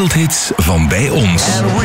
wereldhits van bij ons.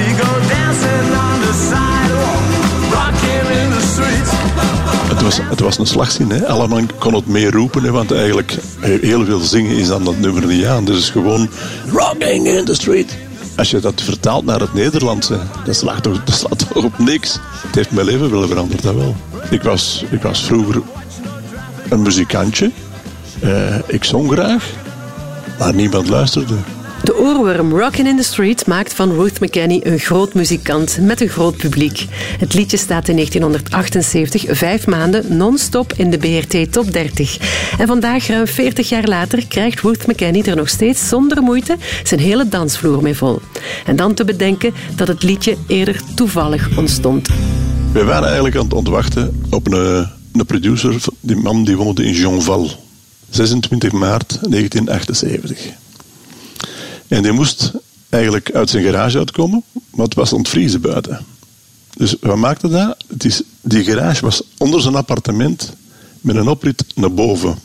Het was een slagzin, hè. Allemaal kon het meer roepen, hè, want eigenlijk heel veel zingen is dan dat nummer niet aan. Dus het is gewoon rocking in the street. Als je dat vertaalt naar het Nederlandse, dat slaat toch op niks. Het heeft mijn leven wel veranderd, dat wel. Ik was vroeger een muzikantje. Ik zong graag, maar niemand luisterde. De oorworm Rockin' in the Street maakt van Ruth McKenney een groot muzikant met een groot publiek. Het liedje staat in 1978 5 maanden non-stop in de BRT Top 30. En vandaag, ruim 40 jaar later, krijgt Ruth McKenney er nog steeds zonder moeite zijn hele dansvloer mee vol. En dan te bedenken dat het liedje eerder toevallig ontstond. We waren eigenlijk aan het ontwachten op een producer. Die man die woonde in Jeanval. 26 maart 1978. En die moest eigenlijk uit zijn garage uitkomen, maar het was ontvriezen buiten. Dus wat maakte dat? Die garage was onder zijn appartement met een oprit naar boven.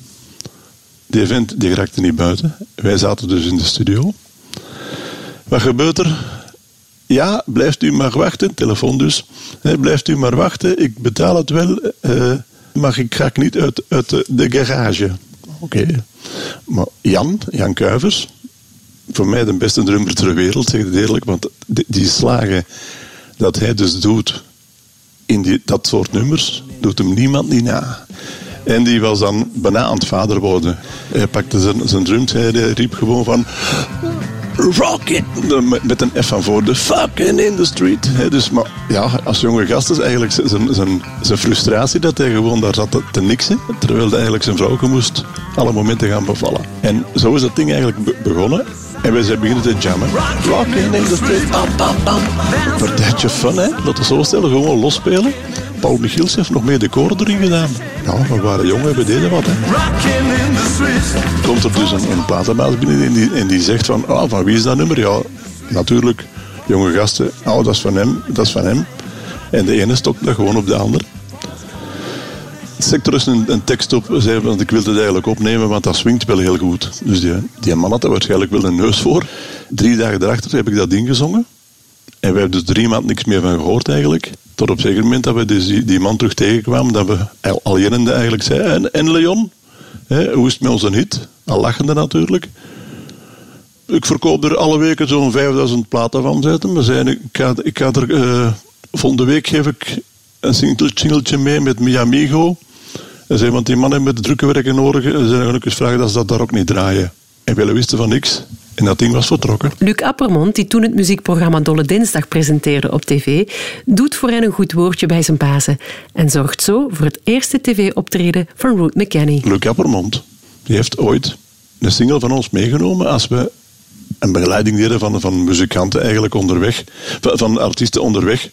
Die vent die raakte niet buiten. Wij zaten dus in de studio. Wat gebeurt er? Ja, blijft u maar wachten. Telefoon dus. Blijft u maar wachten. Ik betaal het wel. Maar ik ga niet uit de garage. Oké. Maar Jan Kuivers, voor mij de beste drummer ter wereld, zeg ik het eerlijk, want die slagen dat hij dus doet in dat soort nummers, doet hem niemand niet na. En die was dan bijna aan het vader worden. Hij pakte zijn drums, hij riep gewoon van rock it, met een F van voor, de fucking in the street. Dus, maar ja, als jonge gast is eigenlijk zijn frustratie dat hij gewoon daar zat te niksen, terwijl hij eigenlijk zijn vrouwke moest alle momenten gaan bevallen. En zo is dat ding eigenlijk begonnen. En wij zijn beginnen te jammen. Rockin' in the street, bam, bam, bam. Een partijtje fun, hè. Laten we zo stellen, gewoon losspelen. Paul Michiels heeft nog meer decoren erin gedaan. Ja, we waren jong en we deden wat, hè. Komt er dus een platenbaas binnen en die zegt van wie is dat nummer? Ja, natuurlijk, jonge gasten. Oh, dat is van hem. En de ene stokt dat gewoon op de ander. Zet er dus een tekst op, zei, want ik wilde het eigenlijk opnemen, want dat swingt wel heel goed. Dus die man had er waarschijnlijk wel een neus voor. 3 dagen daarachter heb ik dat ingezongen. En we hebben dus 3 maanden niks meer van gehoord eigenlijk. Tot op een zeker moment dat we dus die man terug tegenkwamen, dat we al jenende eigenlijk zeiden, en Leon, hoe is het met onze hit? Al lachende natuurlijk. Ik verkoop er alle weken zo'n 5000 platen van, zetten. We zeiden, ik ga er, volgende week geef ik een singeltje mee met Mi Amigo. En zei, want die mannen met drukke werk in oren, en zeiden ook eens vragen dat ze dat daar ook niet draaien. En we wisten van niks. En dat ding was vertrokken. Luc Appermond, die toen het muziekprogramma Dolle Dinsdag presenteerde op tv, doet voor hen een goed woordje bij zijn bazen. En zorgt zo voor het eerste tv-optreden van Ruth McKenney. Luc Appermond, die heeft ooit een single van ons meegenomen als we een begeleiding deden van muzikanten eigenlijk onderweg, van artiesten onderweg.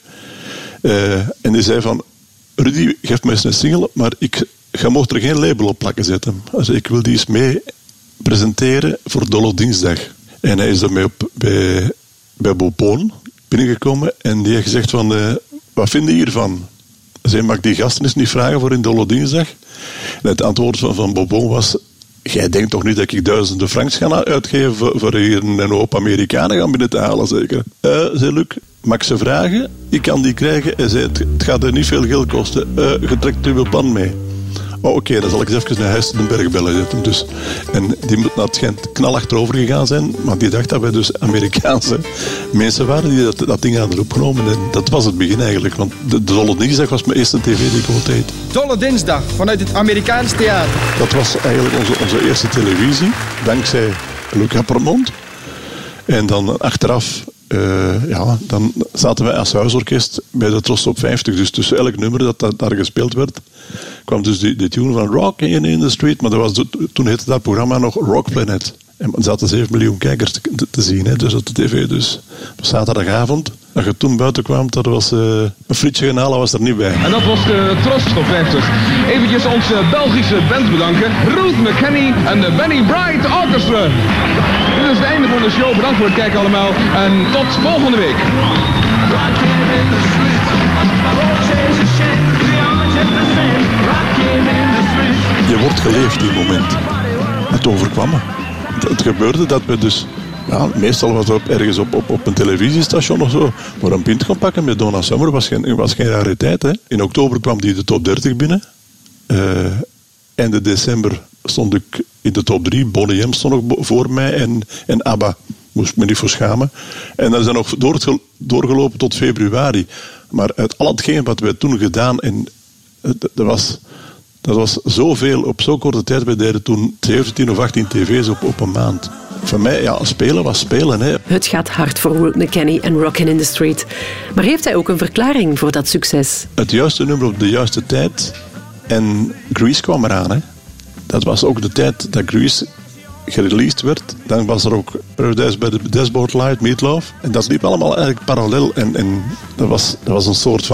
En die zei van, Rudy, geef mij eens een single, maar je mocht er geen label op plakken zetten. Dus ik wil die eens mee presenteren voor Dolle Dinsdag. En hij is daarmee bij Bobon binnengekomen en die heeft gezegd van, wat vind je hiervan? Zij mag die gasten eens niet vragen voor in Dolle Dinsdag. En het antwoord van Bobon was, jij denkt toch niet dat ik duizenden francs ga uitgeven voor hier een hoop Amerikanen gaan binnen te halen, zeker? Zei Luc, mag ik ze vragen? Ik kan die krijgen. Hij zei, het gaat er niet veel geld kosten. Je trekt uw plan mee. Oh, oké, dan zal ik eens even naar Huis den Berg bellen zetten. Dus, en die moet naar het schijnt knal achterover gegaan zijn, maar die dacht dat wij dus Amerikaanse mensen waren die dat ding hadden opgenomen. En dat was het begin eigenlijk, want de Dolle Dinsdag was mijn eerste tv die ik ooit deed. Dolle Dinsdag, vanuit het Amerikaans theater. Dat was eigenlijk onze eerste televisie, dankzij Luc Appermond. En dan achteraf, dan zaten wij als huisorkest bij de Tros Top 50. Dus tussen elk nummer dat daar gespeeld werd, kwam dus die tune van Rockin' in the Street. Maar toen heette dat programma nog Rock Planet. En er zaten 7 miljoen kijkers te zien, hè, dus op de tv. Dus op zaterdagavond, als je toen buiten kwam, dat was een frietje gaan halen, was er niet bij. En dat was de Tros Top 50. Eventjes onze Belgische band bedanken. Ruth McKenney en de Benny Bright Orchestra. Dit is het einde van de show. Bedankt voor het kijken allemaal. En tot volgende week. Je wordt geleefd die moment. Het overkwam me. Het gebeurde dat we dus Ja, meestal was het ergens op een televisiestation of zo. Maar een pint gaan pakken met Donna Summer was geen rariteit. Hè. In oktober kwam die de top 30 binnen. Einde december stond ik in de top 3. Bonnie M stond nog voor mij en ABBA. Moest ik me niet voor schamen. En dat is dan nog doorgelopen tot februari. Maar uit al hetgeen wat we toen gedaan... En dat was zoveel op zo'n korte tijd. We deden toen 17 of 18 tv's op een maand. Voor mij, ja, spelen was spelen. Hè. Het gaat hard voor Ruth McKenney en Rockin' in the Street. Maar heeft hij ook een verklaring voor dat succes? Het juiste nummer op de juiste tijd. En Grease kwam eraan. Hè. Dat was ook de tijd dat Grease gereleased werd. Dan was er ook Paradise by the Dashboard Light, Meatloaf. En dat liep allemaal eigenlijk parallel. En dat was een soort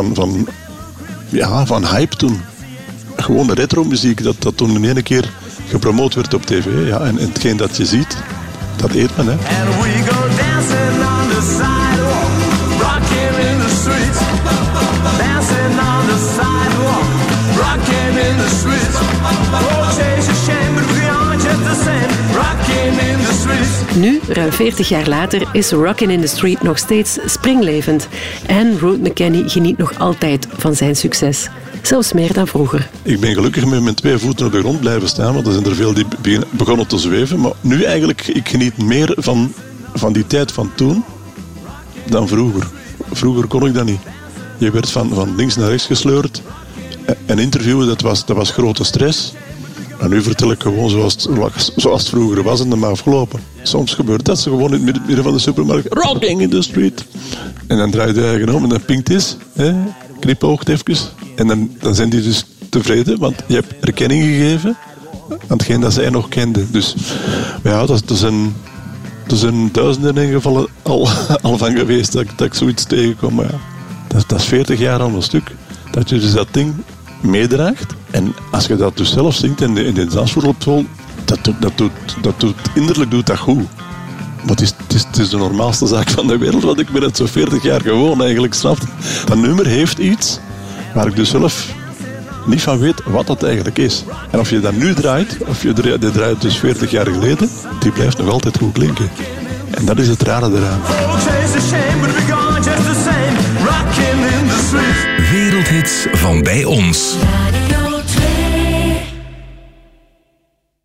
van hype toen. Gewoon de retro-muziek dat toen in één keer gepromoot werd op tv. Ja, en hetgeen dat je ziet, dat eet men. Hè. And we go dancing on the sidewalk, rocking in the streets. Dancing on the sidewalk, rocking in the streets. Oh, chase a shame, but we are just the same, rocking in the streets. Nu, ruim 40 jaar later, is Rockin' in the Street nog steeds springlevend. En Ruth McKenney geniet nog altijd van zijn succes. Zelfs meer dan vroeger. Ik ben gelukkig met mijn 2 voeten op de grond blijven staan, want er zijn er veel die begonnen te zweven. Maar nu eigenlijk, ik geniet meer van die tijd van toen dan vroeger. Vroeger kon ik dat niet. Je werd van links naar rechts gesleurd. En interviewen, dat was grote stress. En nu vertel ik gewoon zoals het vroeger was en dan maar afgelopen. Soms gebeurt dat ze gewoon in het midden van de supermarkt. Rocking in the street. En dan draait hij eigen om en dan pinkt is. Knipoogt even. En dan zijn die dus tevreden, want je hebt erkenning gegeven aan hetgeen dat zij nog kenden. Dus ja, er zijn duizenden in gevallen al van geweest dat ik zoiets tegenkom. Maar ja, dat is 40 jaar al een stuk. Dat je dus dat ding meedraagt. En als je dat dus zelf zingt en in de dansvloer loopt vol, innerlijk doet dat goed. Maar het is de normaalste zaak van de wereld, want ik ben het zo 40 jaar gewoon eigenlijk, snap. Dat nummer heeft iets waar ik dus zelf niet van weet wat dat eigenlijk is. En of je dat nu draait, of je draait dus 40 jaar geleden, die blijft nog altijd goed klinken. En dat is het rare eraan. Wereldhits van bij ons.